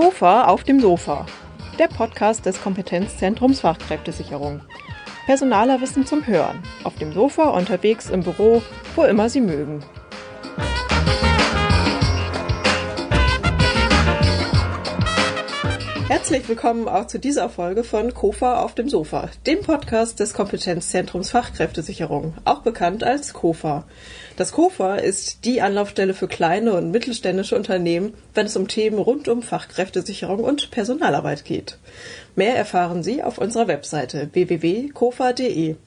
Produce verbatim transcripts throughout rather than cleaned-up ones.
Sofa auf dem Sofa, der Podcast des Kompetenzzentrums Fachkräftesicherung. Personaler Wissen zum Hören, auf dem Sofa, unterwegs, im Büro, wo immer Sie mögen. Herzlich willkommen auch zu dieser Folge von KOFA auf dem Sofa, dem Podcast des Kompetenzzentrums Fachkräftesicherung, auch bekannt als KOFA. Das KOFA ist die Anlaufstelle für kleine und mittelständische Unternehmen, wenn es um Themen rund um Fachkräftesicherung und Personalarbeit geht. Mehr erfahren Sie auf unserer Webseite w w w punkt kofa punkt d e.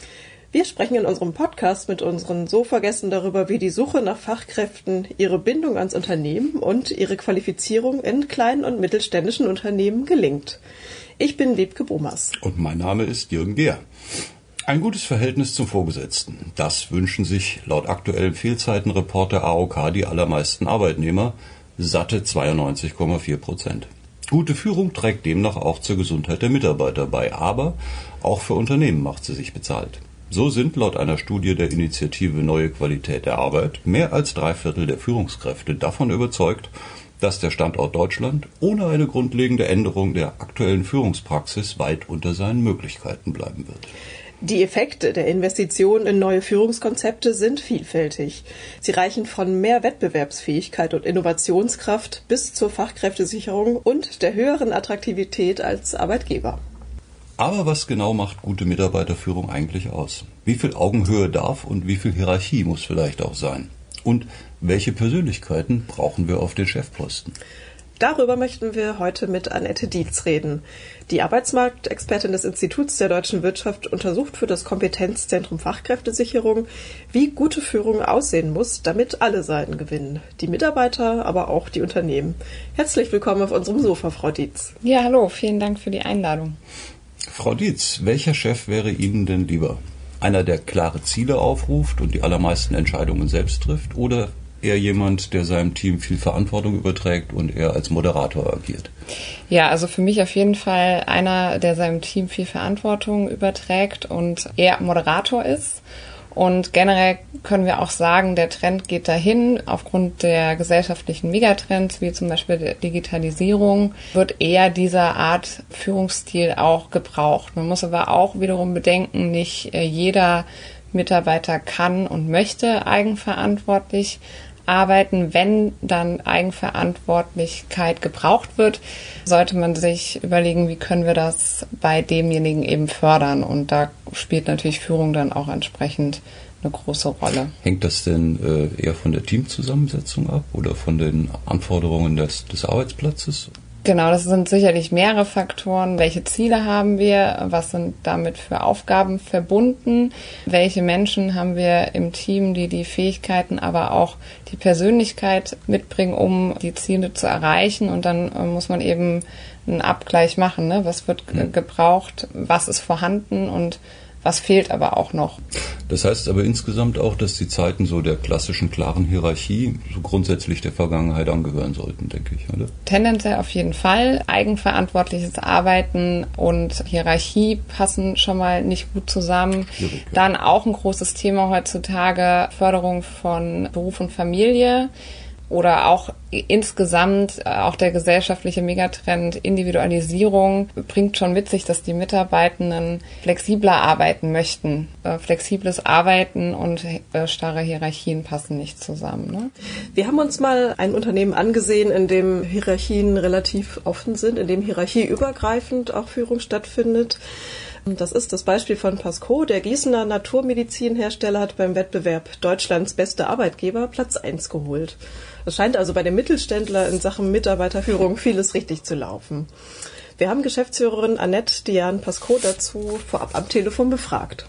Wir sprechen in unserem Podcast mit unseren Sofagästen darüber, wie die Suche nach Fachkräften, ihre Bindung ans Unternehmen und ihre Qualifizierung in kleinen und mittelständischen Unternehmen gelingt. Ich bin Wiebke Bomas. Und mein Name ist Jürgen Gehr. Ein gutes Verhältnis zum Vorgesetzten. Das wünschen sich laut aktuellem Fehlzeitenreport der A O K die allermeisten Arbeitnehmer, satte zweiundneunzig Komma vier Prozent. Gute Führung trägt demnach auch zur Gesundheit der Mitarbeiter bei, aber auch für Unternehmen macht sie sich bezahlt. So sind laut einer Studie der Initiative Neue Qualität der Arbeit mehr als drei Viertel der Führungskräfte davon überzeugt, dass der Standort Deutschland ohne eine grundlegende Änderung der aktuellen Führungspraxis weit unter seinen Möglichkeiten bleiben wird. Die Effekte der Investitionen in neue Führungskonzepte sind vielfältig. Sie reichen von mehr Wettbewerbsfähigkeit und Innovationskraft bis zur Fachkräftesicherung und der höheren Attraktivität als Arbeitgeber. Aber was genau macht gute Mitarbeiterführung eigentlich aus? Wie viel Augenhöhe darf und wie viel Hierarchie muss vielleicht auch sein? Und welche Persönlichkeiten brauchen wir auf den Chefposten? Darüber möchten wir heute mit Annette Dietz reden. Die Arbeitsmarktexpertin des Instituts der deutschen Wirtschaft untersucht für das Kompetenzzentrum Fachkräftesicherung, wie gute Führung aussehen muss, damit alle Seiten gewinnen. Die Mitarbeiter, aber auch die Unternehmen. Herzlich willkommen auf unserem Sofa, Frau Dietz. Ja, hallo, vielen Dank für die Einladung. Frau Dietz, welcher Chef wäre Ihnen denn lieber? Einer, der klare Ziele aufruft und die allermeisten Entscheidungen selbst trifft, oder eher jemand, der seinem Team viel Verantwortung überträgt und eher als Moderator agiert? Ja, also für mich auf jeden Fall einer, der seinem Team viel Verantwortung überträgt und eher Moderator ist. Und generell können wir auch sagen, der Trend geht dahin. Aufgrund der gesellschaftlichen Megatrends, wie zum Beispiel der Digitalisierung, wird eher dieser Art Führungsstil auch gebraucht. Man muss aber auch wiederum bedenken, nicht jeder Mitarbeiter kann und möchte eigenverantwortlich arbeiten. Wenn dann Eigenverantwortlichkeit gebraucht wird, sollte man sich überlegen, wie können wir das bei demjenigen eben fördern. Und da spielt natürlich Führung dann auch entsprechend eine große Rolle. Hängt das denn äh, eher von der Teamzusammensetzung ab oder von den Anforderungen des, des Arbeitsplatzes? Genau, das sind sicherlich mehrere Faktoren. Welche Ziele haben wir? Was sind damit für Aufgaben verbunden? Welche Menschen haben wir im Team, die die Fähigkeiten, aber auch die Persönlichkeit mitbringen, um die Ziele zu erreichen? Und dann äh, muss man eben einen Abgleich machen, ne? Was wird g- gebraucht? Was ist vorhanden? Und was fehlt aber auch noch? Das heißt aber insgesamt auch, dass die Zeiten so der klassischen, klaren Hierarchie so grundsätzlich der Vergangenheit angehören sollten, denke ich, oder? Tendenziell auf jeden Fall. Eigenverantwortliches Arbeiten und Hierarchie passen schon mal nicht gut zusammen. Schwierig, ja. Dann auch ein großes Thema heutzutage, Förderung von Beruf und Familie. Oder auch insgesamt, auch der gesellschaftliche Megatrend Individualisierung bringt schon mit sich, dass die Mitarbeitenden flexibler arbeiten möchten. Flexibles Arbeiten und starre Hierarchien passen nicht zusammen. Ne? Wir haben uns mal ein Unternehmen angesehen, in dem Hierarchien relativ offen sind, in dem hierarchieübergreifend auch Führung stattfindet. Das ist das Beispiel von Pasco. Der Gießener Naturmedizinhersteller hat beim Wettbewerb Deutschlands beste Arbeitgeber Platz eins geholt. Es scheint also bei dem Mittelständler in Sachen Mitarbeiterführung vieles richtig zu laufen. Wir haben Geschäftsführerin Annette Diane Pasco dazu vorab am Telefon befragt.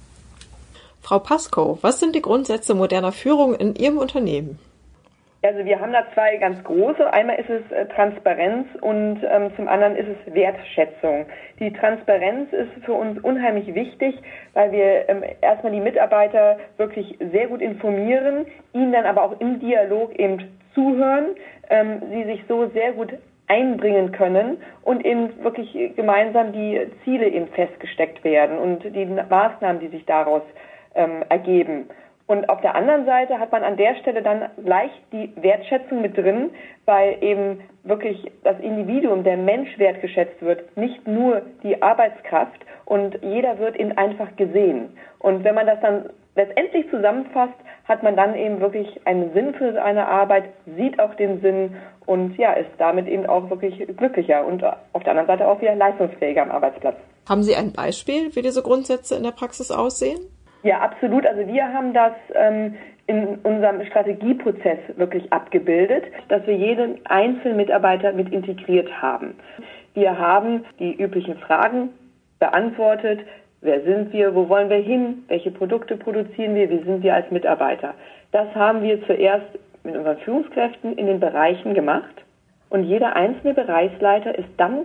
Frau Pasco, was sind die Grundsätze moderner Führung in Ihrem Unternehmen? Also wir haben da zwei ganz große. Einmal ist es äh, Transparenz und ähm, zum anderen ist es Wertschätzung. Die Transparenz ist für uns unheimlich wichtig, weil wir ähm, erstmal die Mitarbeiter wirklich sehr gut informieren, ihnen dann aber auch im Dialog eben zuhören, ähm, sie sich so sehr gut einbringen können und eben wirklich gemeinsam die Ziele eben festgesteckt werden und die Maßnahmen, die sich daraus ähm, ergeben. Und auf der anderen Seite hat man an der Stelle dann gleich die Wertschätzung mit drin, weil eben wirklich das Individuum, der Mensch wertgeschätzt wird, nicht nur die Arbeitskraft, und jeder wird eben einfach gesehen. Und wenn man das dann letztendlich zusammenfasst, hat man dann eben wirklich einen Sinn für seine Arbeit, sieht auch den Sinn und ja, ist damit eben auch wirklich glücklicher und auf der anderen Seite auch wieder leistungsfähiger am Arbeitsplatz. Haben Sie ein Beispiel, wie diese Grundsätze in der Praxis aussehen? Ja, absolut. Also wir haben das ähm, in unserem Strategieprozess wirklich abgebildet, dass wir jeden einzelnen Mitarbeiter mit integriert haben. Wir haben die üblichen Fragen beantwortet. Wer sind wir? Wo wollen wir hin? Welche Produkte produzieren wir? Wie sind wir als Mitarbeiter? Das haben wir zuerst mit unseren Führungskräften in den Bereichen gemacht. Und jeder einzelne Bereichsleiter ist dann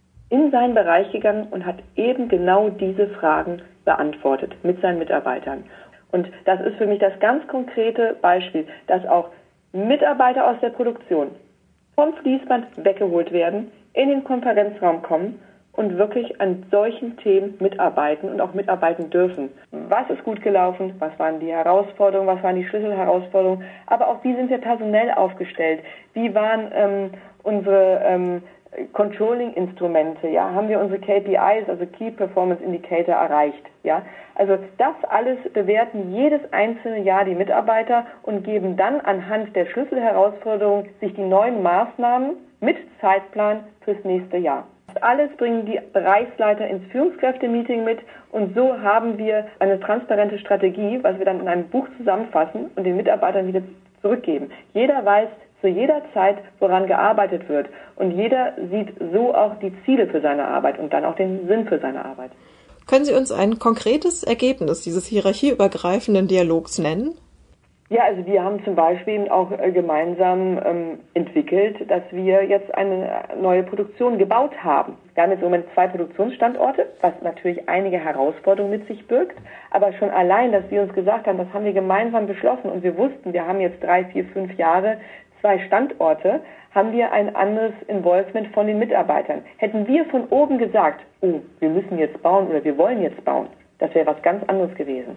in seinen Bereich gegangen und hat eben genau diese Fragen beantwortet mit seinen Mitarbeitern. Und das ist für mich das ganz konkrete Beispiel, dass auch Mitarbeiter aus der Produktion vom Fließband weggeholt werden, in den Konferenzraum kommen und wirklich an solchen Themen mitarbeiten und auch mitarbeiten dürfen. Was ist gut gelaufen? Was waren die Herausforderungen? Was waren die Schlüsselherausforderungen? Aber auch wie sind wir personell aufgestellt? Wie waren ähm, unsere ähm, Controlling-Instrumente? Ja, haben wir unsere K P Is, also Key Performance Indicator, erreicht? Ja, also das alles bewerten jedes einzelne Jahr die Mitarbeiter und geben dann anhand der Schlüsselherausforderungen sich die neuen Maßnahmen mit Zeitplan fürs nächste Jahr. Das alles bringen die Bereichsleiter ins Führungskräfte-Meeting mit und so haben wir eine transparente Strategie, was wir dann in einem Buch zusammenfassen und den Mitarbeitern wieder zurückgeben. Jeder weiß zu jeder Zeit, woran gearbeitet wird und jeder sieht so auch die Ziele für seine Arbeit und dann auch den Sinn für seine Arbeit. Können Sie uns ein konkretes Ergebnis dieses hierarchieübergreifenden Dialogs nennen? Ja, also wir haben zum Beispiel auch äh, gemeinsam ähm, entwickelt, dass wir jetzt eine neue Produktion gebaut haben. Wir haben jetzt im Moment zwei Produktionsstandorte, was natürlich einige Herausforderungen mit sich birgt. Aber schon allein, dass wir uns gesagt haben, das haben wir gemeinsam beschlossen und wir wussten, wir haben jetzt drei, vier, fünf Jahre zwei Standorte, haben wir ein anderes Involvement von den Mitarbeitern. Hätten wir von oben gesagt, oh, wir müssen jetzt bauen oder wir wollen jetzt bauen, das wäre was ganz anderes gewesen.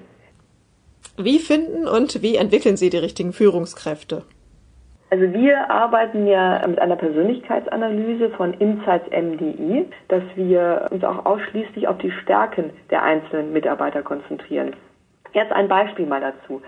Wie finden und wie entwickeln Sie die richtigen Führungskräfte? Also wir arbeiten ja mit einer Persönlichkeitsanalyse von Insights M D I, dass wir uns auch ausschließlich auf die Stärken der einzelnen Mitarbeiter konzentrieren. Jetzt ein Beispiel mal dazu.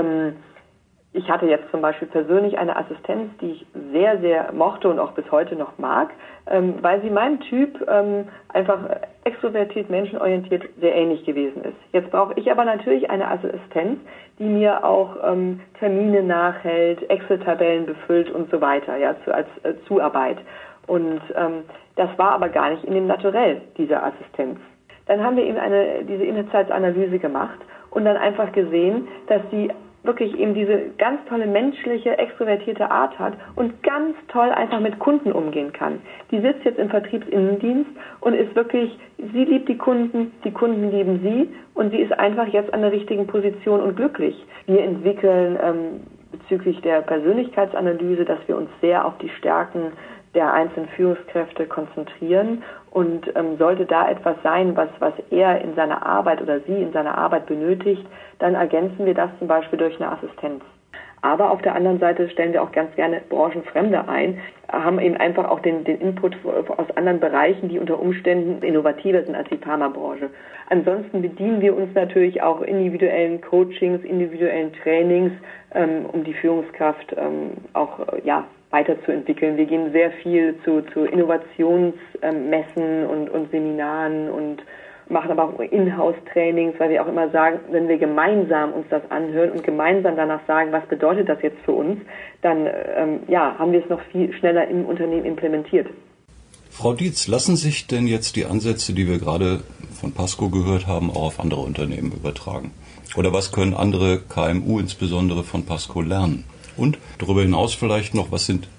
Ich hatte jetzt zum Beispiel persönlich eine Assistenz, die ich sehr, sehr mochte und auch bis heute noch mag, weil sie meinem Typ einfach extrovertiert, menschenorientiert sehr ähnlich gewesen ist. Jetzt brauche ich aber natürlich eine Assistenz, die mir auch ähm, Termine nachhält, Excel-Tabellen befüllt und so weiter, ja, zu, als äh, Zuarbeit. Und ähm, das war aber gar nicht in dem Naturell dieser Assistenz. Dann haben wir eben eine diese Insights-Analyse gemacht und dann einfach gesehen, dass sie wirklich eben diese ganz tolle menschliche, extrovertierte Art hat und ganz toll einfach mit Kunden umgehen kann. Die sitzt jetzt im Vertriebsinnendienst und ist wirklich, sie liebt die Kunden, die Kunden lieben sie und sie ist einfach jetzt an der richtigen Position und glücklich. Wir entwickeln ähm, bezüglich der Persönlichkeitsanalyse, dass wir uns sehr auf die Stärken der einzelnen Führungskräfte konzentrieren und ähm, sollte da etwas sein, was, was er in seiner Arbeit oder sie in seiner Arbeit benötigt, dann ergänzen wir das zum Beispiel durch eine Assistenz. Aber auf der anderen Seite stellen wir auch ganz gerne Branchenfremde ein, haben eben einfach auch den, den Input aus anderen Bereichen, die unter Umständen innovativer sind als die Pharmabranche. Ansonsten bedienen wir uns natürlich auch individuellen Coachings, individuellen Trainings, ähm, um die Führungskraft ähm, auch ja weiterzuentwickeln. Wir gehen sehr viel zu, zu Innovationsmessen und, und Seminaren und machen aber auch Inhouse-Trainings, weil wir auch immer sagen, wenn wir gemeinsam uns das anhören und gemeinsam danach sagen, was bedeutet das jetzt für uns, dann ähm, ja, haben wir es noch viel schneller im Unternehmen implementiert. Frau Dietz, lassen sich denn jetzt die Ansätze, die wir gerade von Pasco gehört haben, auch auf andere Unternehmen übertragen? Oder was können andere K M U insbesondere von Pasco lernen? Und darüber hinaus vielleicht noch, was sind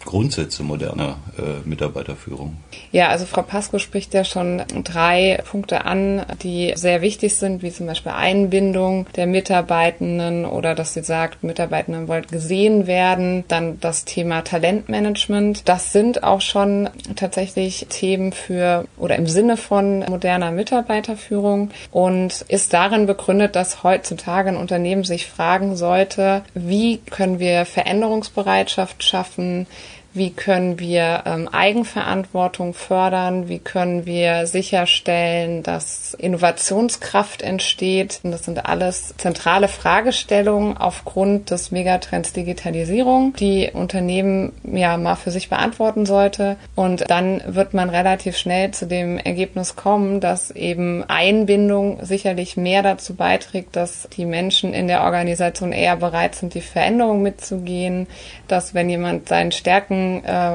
Grundsätze moderner äh, Mitarbeiterführung? Ja, also Frau Pasko spricht ja schon drei Punkte an, die sehr wichtig sind, wie zum Beispiel Einbindung der Mitarbeitenden oder dass sie sagt, Mitarbeitenden wollen gesehen werden. Dann das Thema Talentmanagement. Das sind auch schon tatsächlich Themen für oder im Sinne von moderner Mitarbeiterführung und ist darin begründet, dass heutzutage ein Unternehmen sich fragen sollte, wie können wir Veränderungsbereitschaft schaffen, wie können wir ähm, Eigenverantwortung fördern, wie können wir sicherstellen, dass Innovationskraft entsteht. Und das sind alles zentrale Fragestellungen aufgrund des Megatrends Digitalisierung, die Unternehmen ja mal für sich beantworten sollte. Und dann wird man relativ schnell zu dem Ergebnis kommen, dass eben Einbindung sicherlich mehr dazu beiträgt, dass die Menschen in der Organisation eher bereit sind, die Veränderung mitzugehen, dass wenn jemand seinen Stärken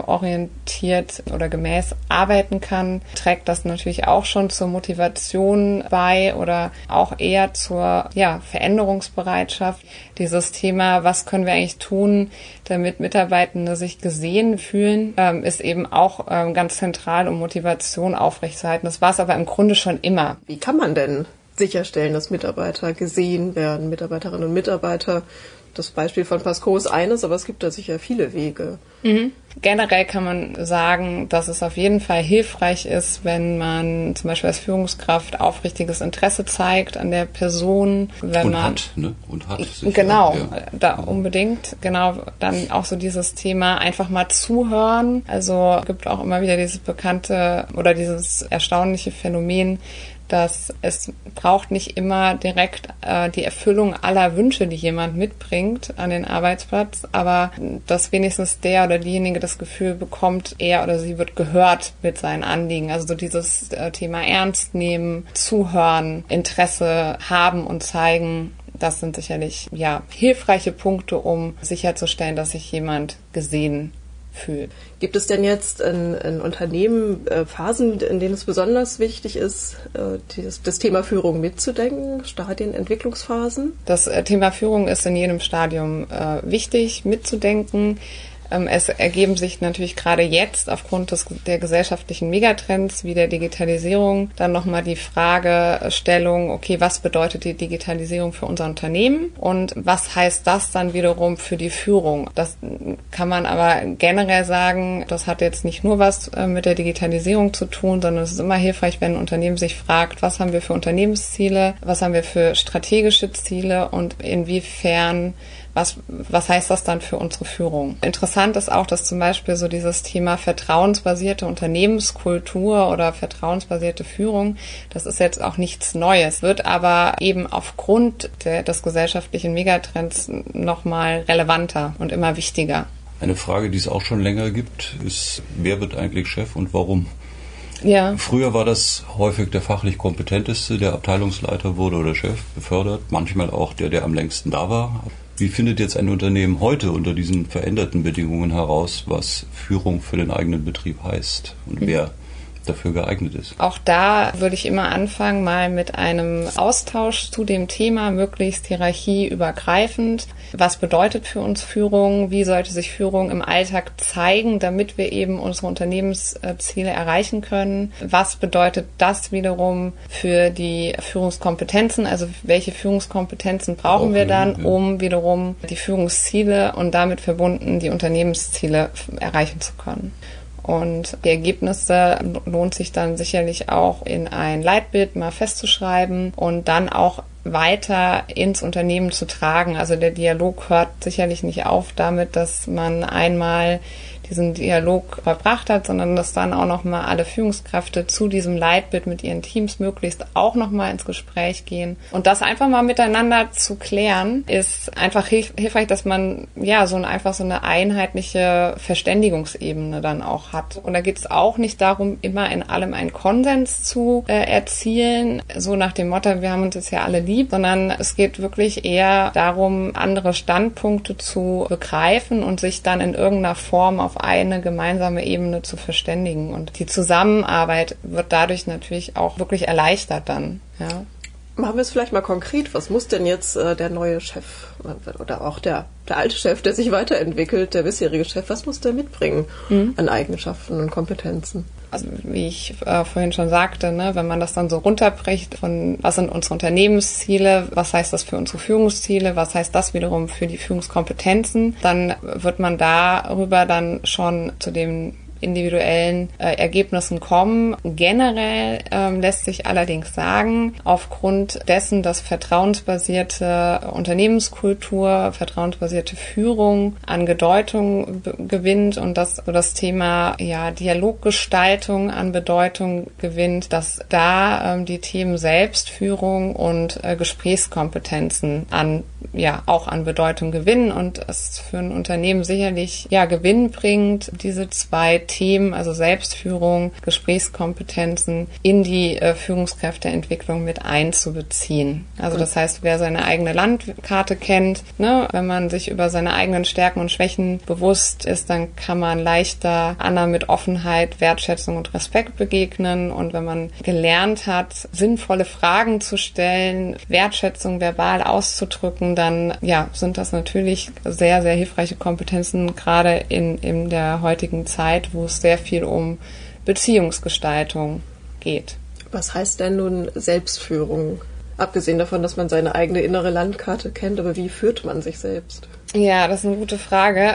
orientiert oder gemäß arbeiten kann, trägt das natürlich auch schon zur Motivation bei oder auch eher zur ja, Veränderungsbereitschaft. Dieses Thema, was können wir eigentlich tun, damit Mitarbeitende sich gesehen fühlen, ähm, ist eben auch ähm, ganz zentral, um Motivation aufrechtzuerhalten. Das war es aber im Grunde schon immer. Wie kann man denn sicherstellen, dass Mitarbeiter gesehen werden, Mitarbeiterinnen und Mitarbeiter? Das Beispiel von Pasko ist eines, aber es gibt da sicher viele Wege. Mhm. Generell kann man sagen, dass es auf jeden Fall hilfreich ist, wenn man zum Beispiel als Führungskraft aufrichtiges Interesse zeigt an der Person. Wenn und man, hat, ne? Und hat. Sicher. Genau, ja. da unbedingt. Genau, dann auch so dieses Thema einfach mal zuhören. Also es gibt auch immer wieder dieses bekannte oder dieses erstaunliche Phänomen, dass es braucht nicht immer direkt äh, die Erfüllung aller Wünsche, die jemand mitbringt an den Arbeitsplatz, aber dass wenigstens der oder diejenige das Gefühl bekommt, er oder sie wird gehört mit seinen Anliegen. Also so dieses äh, Thema ernst nehmen, zuhören, Interesse haben und zeigen, das sind sicherlich ja hilfreiche Punkte, um sicherzustellen, dass sich jemand gesehen fühlt. Gibt es denn jetzt in, in Unternehmen äh, Phasen, in denen es besonders wichtig ist, äh, dieses, das Thema Führung mitzudenken, Stadien, Entwicklungsphasen? Das äh, Thema Führung ist in jedem Stadium äh, wichtig mitzudenken. Es ergeben sich natürlich gerade jetzt aufgrund des, der gesellschaftlichen Megatrends wie der Digitalisierung dann nochmal die Fragestellung, okay, was bedeutet die Digitalisierung für unser Unternehmen und was heißt das dann wiederum für die Führung? Das kann man aber generell sagen, das hat jetzt nicht nur was mit der Digitalisierung zu tun, sondern es ist immer hilfreich, wenn ein Unternehmen sich fragt, was haben wir für Unternehmensziele, was haben wir für strategische Ziele und inwiefern Was, was heißt das dann für unsere Führung? Interessant ist auch, dass zum Beispiel so dieses Thema vertrauensbasierte Unternehmenskultur oder vertrauensbasierte Führung, das ist jetzt auch nichts Neues, wird aber eben aufgrund der, des gesellschaftlichen Megatrends nochmal relevanter und immer wichtiger. Eine Frage, die es auch schon länger gibt, ist, wer wird eigentlich Chef und warum? Ja. Früher war das häufig der fachlich Kompetenteste, der Abteilungsleiter wurde oder Chef befördert, manchmal auch der, der am längsten da war. Wie findet jetzt ein Unternehmen heute unter diesen veränderten Bedingungen heraus, was Führung für den eigenen Betrieb heißt und mhm. wer dafür geeignet ist? Auch da würde ich immer anfangen, mal mit einem Austausch zu dem Thema, möglichst hierarchieübergreifend. Was bedeutet für uns Führung? Wie sollte sich Führung im Alltag zeigen, damit wir eben unsere Unternehmensziele erreichen können? Was bedeutet das wiederum für die Führungskompetenzen? Also welche Führungskompetenzen brauchen Auch, wir dann, ja. um wiederum die Führungsziele und damit verbunden die Unternehmensziele erreichen zu können? Und die Ergebnisse lohnt sich dann sicherlich auch in ein Leitbild mal festzuschreiben und dann auch weiter ins Unternehmen zu tragen. Also der Dialog hört sicherlich nicht auf damit, dass man einmal diesen Dialog verbracht hat, sondern dass dann auch nochmal alle Führungskräfte zu diesem Leitbild mit ihren Teams möglichst auch nochmal ins Gespräch gehen. Und das einfach mal miteinander zu klären, ist einfach hilf- hilfreich, dass man ja so ein, einfach so eine einheitliche Verständigungsebene dann auch hat. Und da geht es auch nicht darum, immer in allem einen Konsens zu äh, erzielen, so nach dem Motto, wir haben uns jetzt ja alle lieb, sondern es geht wirklich eher darum, andere Standpunkte zu begreifen und sich dann in irgendeiner Form auf eine gemeinsame Ebene zu verständigen. Und die Zusammenarbeit wird dadurch natürlich auch wirklich erleichtert dann. Ja. Machen wir es vielleicht mal konkret. Was muss denn jetzt äh, der neue Chef oder auch der, der alte Chef, der sich weiterentwickelt, der bisherige Chef, was muss der mitbringen mhm. an Eigenschaften und Kompetenzen? Also wie ich äh, vorhin schon sagte, ne, wenn man das dann so runterbricht von was sind unsere Unternehmensziele, was heißt das für unsere Führungsziele, was heißt das wiederum für die Führungskompetenzen, dann wird man darüber dann schon zu dem individuellen äh, Ergebnissen kommen. Generell ähm, lässt sich allerdings sagen, aufgrund dessen, dass vertrauensbasierte Unternehmenskultur, vertrauensbasierte Führung an Bedeutung b- gewinnt und dass so das Thema ja Dialoggestaltung an Bedeutung gewinnt, dass da ähm, die Themen Selbstführung und äh, Gesprächskompetenzen an ja auch an Bedeutung gewinnen und es für ein Unternehmen sicherlich ja Gewinn bringt, diese zwei Themen, also Selbstführung, Gesprächskompetenzen, in die äh, Führungskräfteentwicklung mit einzubeziehen. Also das heißt, wer seine eigene Landkarte kennt, ne, wenn man sich über seine eigenen Stärken und Schwächen bewusst ist, dann kann man leichter anderen mit Offenheit, Wertschätzung und Respekt begegnen. Und wenn man gelernt hat, sinnvolle Fragen zu stellen, Wertschätzung verbal auszudrücken, dann ja, sind das natürlich sehr, sehr hilfreiche Kompetenzen, gerade in, in der heutigen Zeit, wo es sehr viel um Beziehungsgestaltung geht. Was heißt denn nun Selbstführung? Abgesehen davon, dass man seine eigene innere Landkarte kennt, aber wie führt man sich selbst? Ja, das ist eine gute Frage.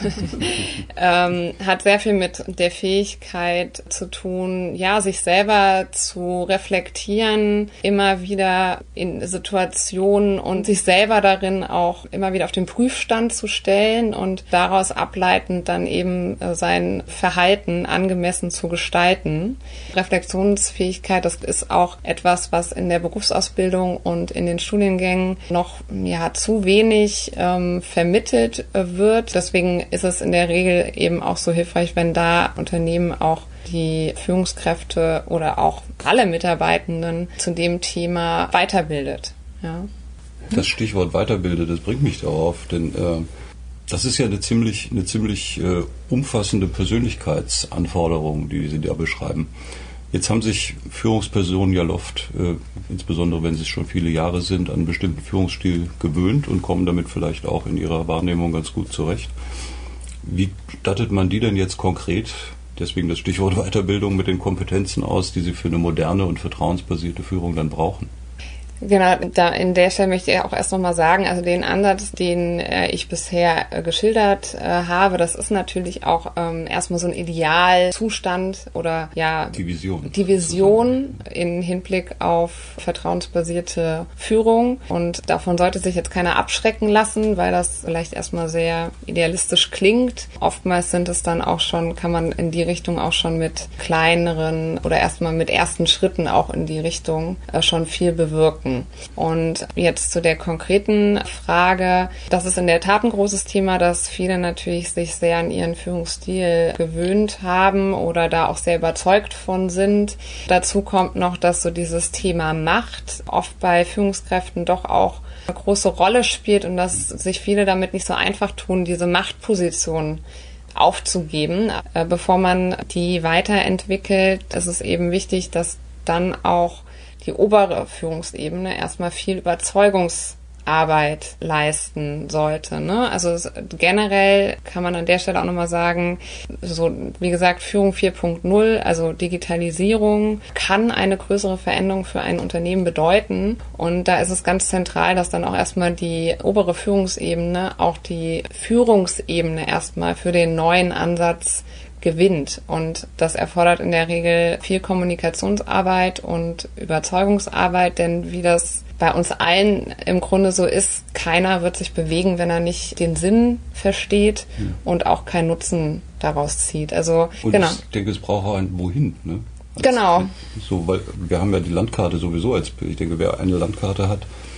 ähm, hat sehr viel mit der Fähigkeit zu tun, ja, sich selber zu reflektieren, immer wieder in Situationen und sich selber darin auch immer wieder auf den Prüfstand zu stellen und daraus ableitend dann eben äh, sein Verhalten angemessen zu gestalten. Reflexionsfähigkeit, das ist auch etwas, was in der Berufsausbildung und in den Studiengängen noch ja zu wenig ähm, vermittelt wird. Deswegen ist es in der Regel eben auch so hilfreich, wenn da Unternehmen auch die Führungskräfte oder auch alle Mitarbeitenden zu dem Thema weiterbildet. Ja. Das Stichwort weiterbildet, das bringt mich darauf, denn äh, das ist ja eine ziemlich, eine ziemlich äh, umfassende Persönlichkeitsanforderung, die Sie da beschreiben. Jetzt haben sich Führungspersonen ja oft, äh, insbesondere wenn sie schon viele Jahre sind, an einen bestimmten Führungsstil gewöhnt und kommen damit vielleicht auch in ihrer Wahrnehmung ganz gut zurecht. Wie stattet man die denn jetzt konkret, deswegen das Stichwort Weiterbildung, mit den Kompetenzen aus, die sie für eine moderne und vertrauensbasierte Führung dann brauchen? Genau, da in der Stelle möchte ich auch erst nochmal sagen, also den Ansatz, den äh, ich bisher äh, geschildert äh, habe, das ist natürlich auch ähm, erstmal so ein Idealzustand oder ja die Vision, die Vision in Hinblick auf vertrauensbasierte Führung, und davon sollte sich jetzt keiner abschrecken lassen, weil das vielleicht erstmal sehr idealistisch klingt. Oftmals sind es dann auch schon, kann man in die Richtung auch schon mit kleineren oder erstmal mit ersten Schritten auch in die Richtung äh, schon viel bewirken. Und jetzt zu der konkreten Frage, das ist in der Tat ein großes Thema, dass viele natürlich sich sehr an ihren Führungsstil gewöhnt haben oder da auch sehr überzeugt von sind. Dazu kommt noch, dass so dieses Thema Macht oft bei Führungskräften doch auch eine große Rolle spielt und dass sich viele damit nicht so einfach tun, diese Machtposition aufzugeben. Bevor man die weiterentwickelt, ist es eben wichtig, dass dann auch die obere Führungsebene erstmal viel Überzeugungsarbeit leisten sollte, ne? Also es, generell kann man an der Stelle auch nochmal sagen, so wie gesagt, Führung vier Punkt null, also Digitalisierung, kann eine größere Veränderung für ein Unternehmen bedeuten. Und da ist es ganz zentral, dass dann auch erstmal die obere Führungsebene, auch die Führungsebene erstmal für den neuen Ansatz gewinnt. Und das erfordert in der Regel viel Kommunikationsarbeit und Überzeugungsarbeit, denn wie das bei uns allen im Grunde so ist, keiner wird sich bewegen, wenn er nicht den Sinn versteht mhm. und auch keinen Nutzen daraus zieht. Also und genau. Ich denke, es braucht auch ein Wohin, ne? Als, genau. So, weil wir haben ja die Landkarte sowieso als Bild. Ich denke, wer eine Landkarte hat,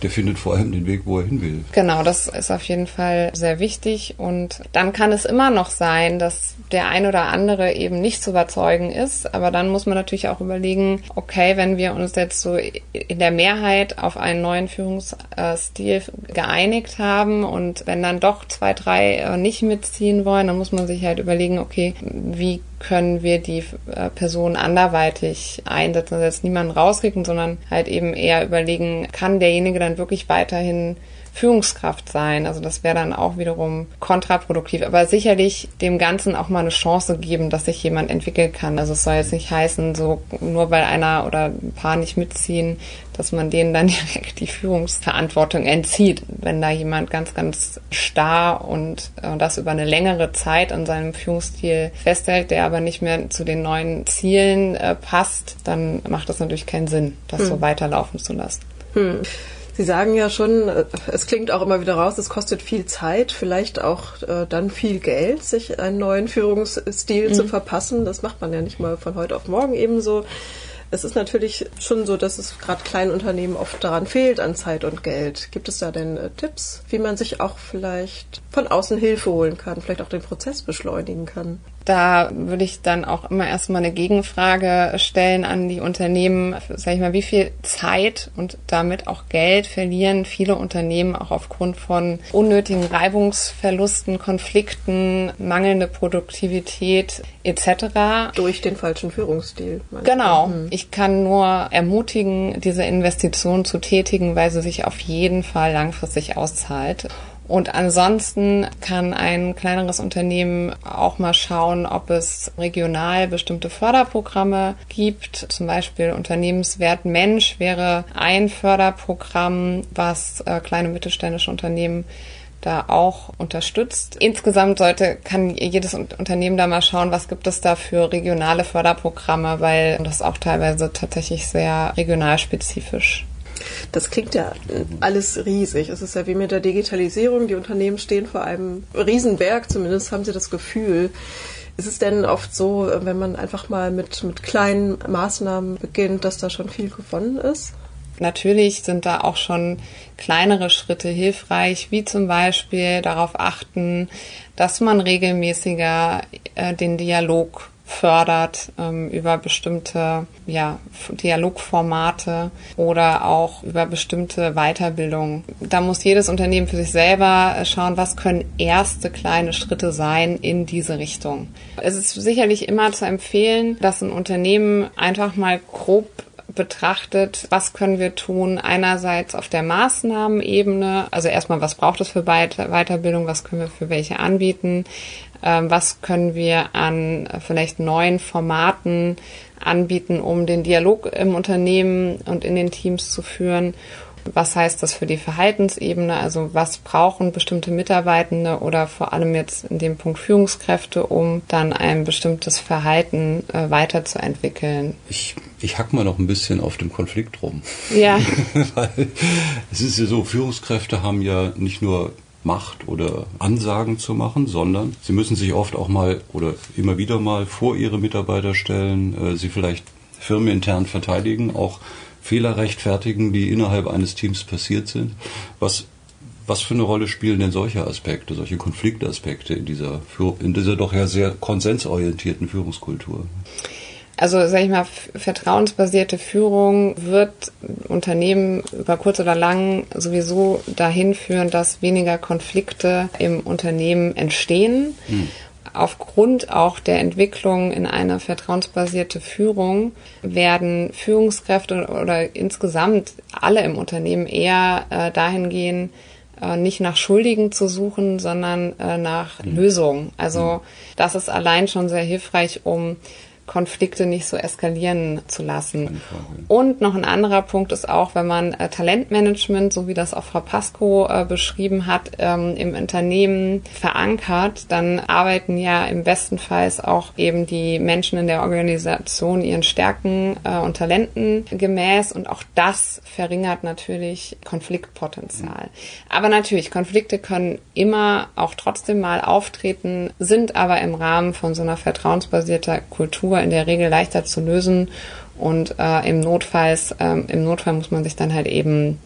der findet vor allem den Weg, wo er hin will. Genau, das ist auf jeden Fall sehr wichtig. Und dann kann es immer noch sein, dass der ein oder andere eben nicht zu überzeugen ist. Aber dann muss man natürlich auch überlegen, okay, wenn wir uns jetzt so in der Mehrheit auf einen neuen Führungsstil geeinigt haben und wenn dann doch zwei, drei nicht mitziehen wollen, dann muss man sich halt überlegen, okay, wie können wir die äh, Person anderweitig einsetzen, also jetzt niemanden rauskicken, sondern halt eben eher überlegen, kann derjenige dann wirklich weiterhin Führungskraft sein? Also das wäre dann auch wiederum kontraproduktiv, aber sicherlich dem Ganzen auch mal eine Chance geben, dass sich jemand entwickeln kann. Also es soll jetzt nicht heißen, so nur weil einer oder ein paar nicht mitziehen, dass man denen dann direkt die Führungsverantwortung entzieht. Wenn da jemand ganz, ganz starr und äh, das über eine längere Zeit an seinem Führungsstil festhält, der aber nicht mehr zu den neuen Zielen äh, passt, dann macht das natürlich keinen Sinn, das hm. so weiterlaufen zu lassen. Hm. Sie sagen ja schon, es klingt auch immer wieder raus, es kostet viel Zeit, vielleicht auch äh, dann viel Geld, sich einen neuen Führungsstil mhm. zu verpassen. Das macht man ja nicht mal von heute auf morgen ebenso. Es ist natürlich schon so, dass es gerade kleinen Unternehmen oft daran fehlt, an Zeit und Geld. Gibt es da denn äh, Tipps, wie man sich auch vielleicht von außen Hilfe holen kann, vielleicht auch den Prozess beschleunigen kann? Da würde ich dann auch immer erstmal eine Gegenfrage stellen an die Unternehmen, sag ich mal, wie viel Zeit und damit auch Geld verlieren viele Unternehmen auch aufgrund von unnötigen Reibungsverlusten, Konflikten, mangelnde Produktivität et cetera. Durch den falschen Führungsstil. Genau. Hm. Ich kann nur ermutigen, diese Investition zu tätigen, weil sie sich auf jeden Fall langfristig auszahlt. Und ansonsten kann ein kleineres Unternehmen auch mal schauen, ob es regional bestimmte Förderprogramme gibt. Zum Beispiel Unternehmenswert Mensch wäre ein Förderprogramm, was äh, kleine mittelständische Unternehmen da auch unterstützt. Insgesamt sollte, kann jedes Unternehmen da mal schauen, was gibt es da für regionale Förderprogramme, weil das auch teilweise tatsächlich sehr regionalspezifisch. Das klingt ja alles riesig. Es ist ja wie mit der Digitalisierung. Die Unternehmen stehen vor einem Riesenberg, zumindest haben sie das Gefühl. Ist es denn oft so, wenn man einfach mal mit, mit kleinen Maßnahmen beginnt, dass da schon viel gewonnen ist? Natürlich sind da auch schon kleinere Schritte hilfreich, wie zum Beispiel darauf achten, dass man regelmäßiger äh, den Dialog fördert ähm, über bestimmte ja, Dialogformate oder auch über bestimmte Weiterbildung. Da muss jedes Unternehmen für sich selber schauen, was können erste kleine Schritte sein in diese Richtung. Es ist sicherlich immer zu empfehlen, dass ein Unternehmen einfach mal grob betrachtet, was können wir tun, einerseits auf der Maßnahmenebene, also erstmal, was braucht es für Weiterbildung, was können wir für welche anbieten, ähm, was können wir an vielleicht neuen Formaten anbieten, um den Dialog im Unternehmen und in den Teams zu führen. Was heißt das für die Verhaltensebene? Also was brauchen bestimmte Mitarbeitende oder vor allem jetzt in dem Punkt Führungskräfte, um dann ein bestimmtes Verhalten äh, weiterzuentwickeln? Ich, ich hack mal noch ein bisschen auf dem Konflikt rum. Ja. Weil es ist ja so, Führungskräfte haben ja nicht nur Macht oder Ansagen zu machen, sondern sie müssen sich oft auch mal oder immer wieder mal vor ihre Mitarbeiter stellen, äh, sie vielleicht firmenintern verteidigen, auch Fehler rechtfertigen, die innerhalb eines Teams passiert sind. Was, was für eine Rolle spielen denn solche Aspekte, solche Konfliktaspekte in dieser, in dieser doch ja sehr konsensorientierten Führungskultur? Also, sag ich mal, vertrauensbasierte Führung wird Unternehmen über kurz oder lang sowieso dahin führen, dass weniger Konflikte im Unternehmen entstehen. Hm. Aufgrund auch der Entwicklung in eine vertrauensbasierte Führung werden Führungskräfte oder insgesamt alle im Unternehmen eher äh, dahin gehen, äh, nicht nach Schuldigen zu suchen, sondern äh, nach mhm. Lösungen. Also mhm. das ist allein schon sehr hilfreich, um Konflikte nicht so eskalieren zu lassen. Und noch ein anderer Punkt ist auch, wenn man äh, Talentmanagement, so wie das auch Frau Pasko äh, beschrieben hat, ähm, im Unternehmen verankert, dann arbeiten ja im besten Fall auch eben die Menschen in der Organisation ihren Stärken äh, und Talenten gemäß und auch das verringert natürlich Konfliktpotenzial. Aber natürlich, Konflikte können immer auch trotzdem mal auftreten, sind aber im Rahmen von so einer vertrauensbasierter Kultur in der Regel leichter zu lösen und äh, im Notfalls, ähm, im Notfall muss man sich dann halt eben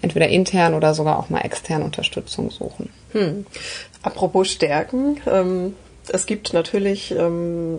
entweder intern oder sogar auch mal extern Unterstützung suchen. Hm. Apropos Stärken, ähm, es gibt natürlich ähm,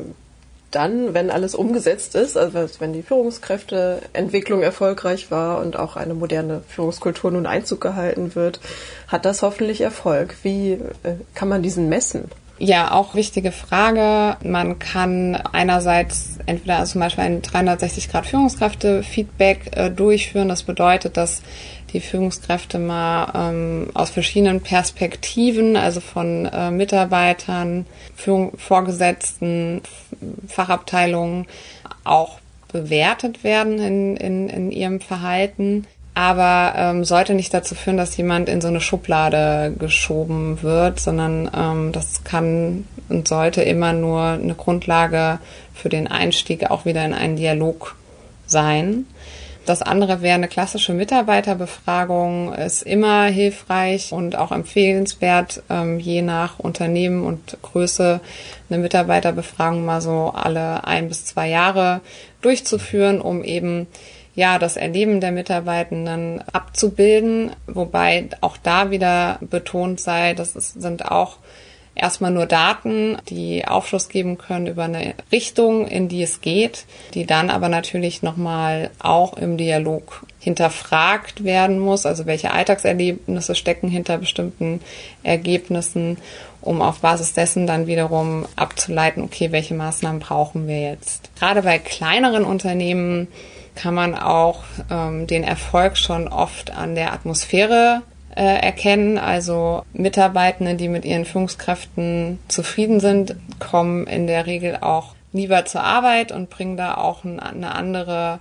dann, wenn alles umgesetzt ist, also wenn die Führungskräfteentwicklung erfolgreich war und auch eine moderne Führungskultur nun Einzug gehalten wird, hat das hoffentlich Erfolg. Wie äh, kann man diesen messen? Ja, auch wichtige Frage. Man kann einerseits entweder zum Beispiel ein dreihundertsechzig Grad Führungskräfte-Feedback äh, durchführen. Das bedeutet, dass die Führungskräfte mal ähm, aus verschiedenen Perspektiven, also von äh, Mitarbeitern, Führung, Vorgesetzten, Fachabteilungen auch bewertet werden in, in, in ihrem Verhalten. Aber ähm, sollte nicht dazu führen, dass jemand in so eine Schublade geschoben wird, sondern ähm, das kann und sollte immer nur eine Grundlage für den Einstieg auch wieder in einen Dialog sein. Das andere wäre eine klassische Mitarbeiterbefragung, ist immer hilfreich und auch empfehlenswert, ähm, je nach Unternehmen und Größe eine Mitarbeiterbefragung mal so alle ein bis zwei Jahre durchzuführen, um eben ja, das Erleben der Mitarbeitenden abzubilden, wobei auch da wieder betont sei, das ist, sind auch erstmal nur Daten, die Aufschluss geben können über eine Richtung, in die es geht, die dann aber natürlich nochmal auch im Dialog hinterfragt werden muss, also welche Alltagserlebnisse stecken hinter bestimmten Ergebnissen, um auf Basis dessen dann wiederum abzuleiten, okay, welche Maßnahmen brauchen wir jetzt. Gerade bei kleineren Unternehmen kann man auch ähm, den Erfolg schon oft an der Atmosphäre äh, erkennen. Also Mitarbeitende, die mit ihren Führungskräften zufrieden sind, kommen in der Regel auch lieber zur Arbeit und bringen da auch ein, eine andere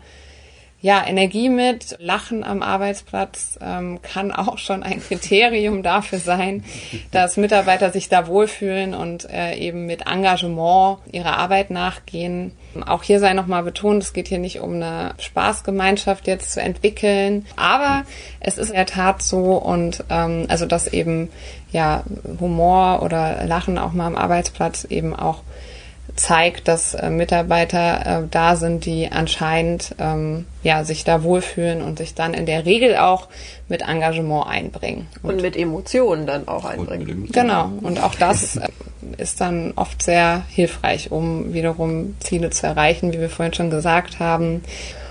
ja, Energie mit. Lachen am Arbeitsplatz ähm, kann auch schon ein Kriterium dafür sein, dass Mitarbeiter sich da wohlfühlen und äh, eben mit Engagement ihrer Arbeit nachgehen. Auch hier sei nochmal betont, es geht hier nicht um eine Spaßgemeinschaft jetzt zu entwickeln, aber es ist in der Tat so und ähm, also dass eben ja Humor oder Lachen auch mal am Arbeitsplatz eben auch zeigt, dass äh, Mitarbeiter äh, da sind, die anscheinend ähm, ja sich da wohlfühlen und sich dann in der Regel auch mit Engagement einbringen. Und, und mit Emotionen dann auch einbringen. Genau. Und auch das äh, ist dann oft sehr hilfreich, um wiederum Ziele zu erreichen, wie wir vorhin schon gesagt haben,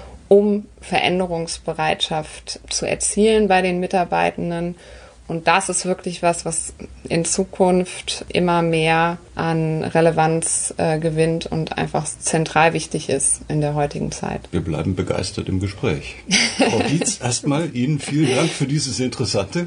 um Veränderungsbereitschaft zu erzielen bei den Mitarbeitenden. Und das ist wirklich was, was in Zukunft immer mehr an Relevanz äh, gewinnt und einfach zentral wichtig ist in der heutigen Zeit. Wir bleiben begeistert im Gespräch. Frau Dietz, erstmal Ihnen vielen Dank für dieses Interessante.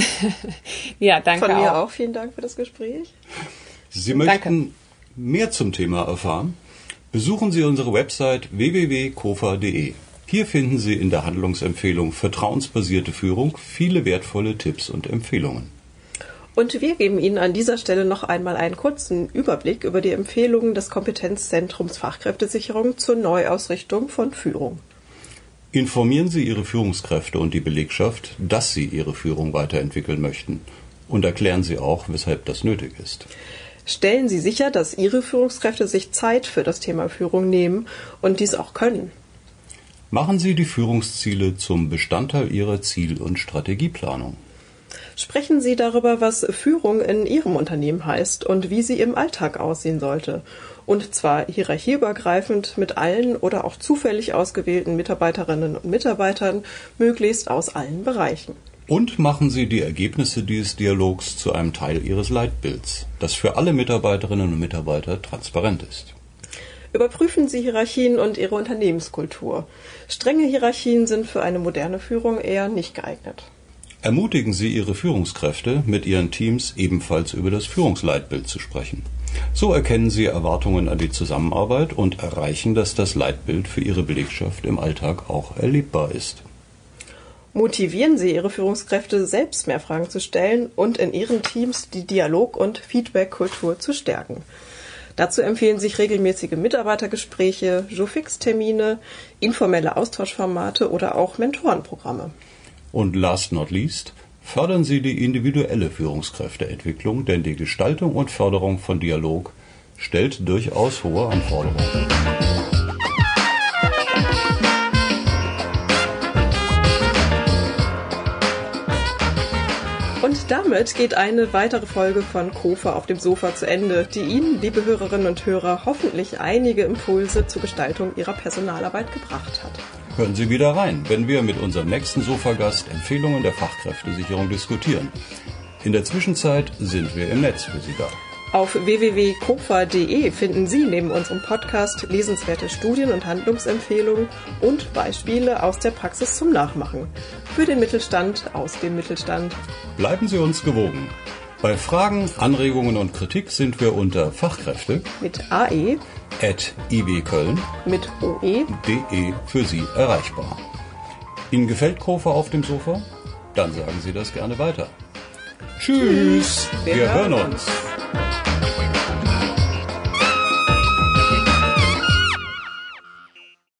Ja, danke Von mir auch. auch vielen Dank für das Gespräch. Sie möchten danke. mehr zum Thema erfahren? Besuchen Sie unsere Website w w w punkt kofa punkt d e. Hier finden Sie in der Handlungsempfehlung Vertrauensbasierte Führung viele wertvolle Tipps und Empfehlungen. Und wir geben Ihnen an dieser Stelle noch einmal einen kurzen Überblick über die Empfehlungen des Kompetenzzentrums Fachkräftesicherung zur Neuausrichtung von Führung. Informieren Sie Ihre Führungskräfte und die Belegschaft, dass Sie Ihre Führung weiterentwickeln möchten. Und erklären Sie auch, weshalb das nötig ist. Stellen Sie sicher, dass Ihre Führungskräfte sich Zeit für das Thema Führung nehmen und dies auch können. Machen Sie die Führungsziele zum Bestandteil Ihrer Ziel- und Strategieplanung. Sprechen Sie darüber, was Führung in Ihrem Unternehmen heißt und wie sie im Alltag aussehen sollte. Und zwar hierarchieübergreifend mit allen oder auch zufällig ausgewählten Mitarbeiterinnen und Mitarbeitern, möglichst aus allen Bereichen. Und machen Sie die Ergebnisse dieses Dialogs zu einem Teil Ihres Leitbilds, das für alle Mitarbeiterinnen und Mitarbeiter transparent ist. Überprüfen Sie Hierarchien und Ihre Unternehmenskultur. Strenge Hierarchien sind für eine moderne Führung eher nicht geeignet. Ermutigen Sie Ihre Führungskräfte, mit ihren Teams ebenfalls über das Führungsleitbild zu sprechen. So erkennen Sie Erwartungen an die Zusammenarbeit und erreichen, dass das Leitbild für Ihre Belegschaft im Alltag auch erlebbar ist. Motivieren Sie Ihre Führungskräfte, selbst mehr Fragen zu stellen und in Ihren Teams die Dialog- und Feedback-Kultur zu stärken. Dazu empfehlen sich regelmäßige Mitarbeitergespräche, Jour-Fix-Termine, informelle Austauschformate oder auch Mentorenprogramme. Und last not least, fördern Sie die individuelle Führungskräfteentwicklung, denn die Gestaltung und Förderung von Dialog stellt durchaus hohe Anforderungen. Und damit geht eine weitere Folge von KOFA auf dem Sofa zu Ende, die Ihnen, liebe Hörerinnen und Hörer, hoffentlich einige Impulse zur Gestaltung Ihrer Personalarbeit gebracht hat. Hören Sie wieder rein, wenn wir mit unserem nächsten Sofagast Empfehlungen der Fachkräftesicherung diskutieren. In der Zwischenzeit sind wir im Netz für Sie da. Auf w w w punkt kofa punkt de finden Sie neben unserem Podcast lesenswerte Studien- und Handlungsempfehlungen und Beispiele aus der Praxis zum Nachmachen. Für den Mittelstand, aus dem Mittelstand. Bleiben Sie uns gewogen. Bei Fragen, Anregungen und Kritik sind wir unter Fachkräfte mit A E at i w Köln mit O E de für Sie erreichbar. Ihnen gefällt KOFA auf dem Sofa? Dann sagen Sie das gerne weiter. Tschüss, wir, wir hören uns.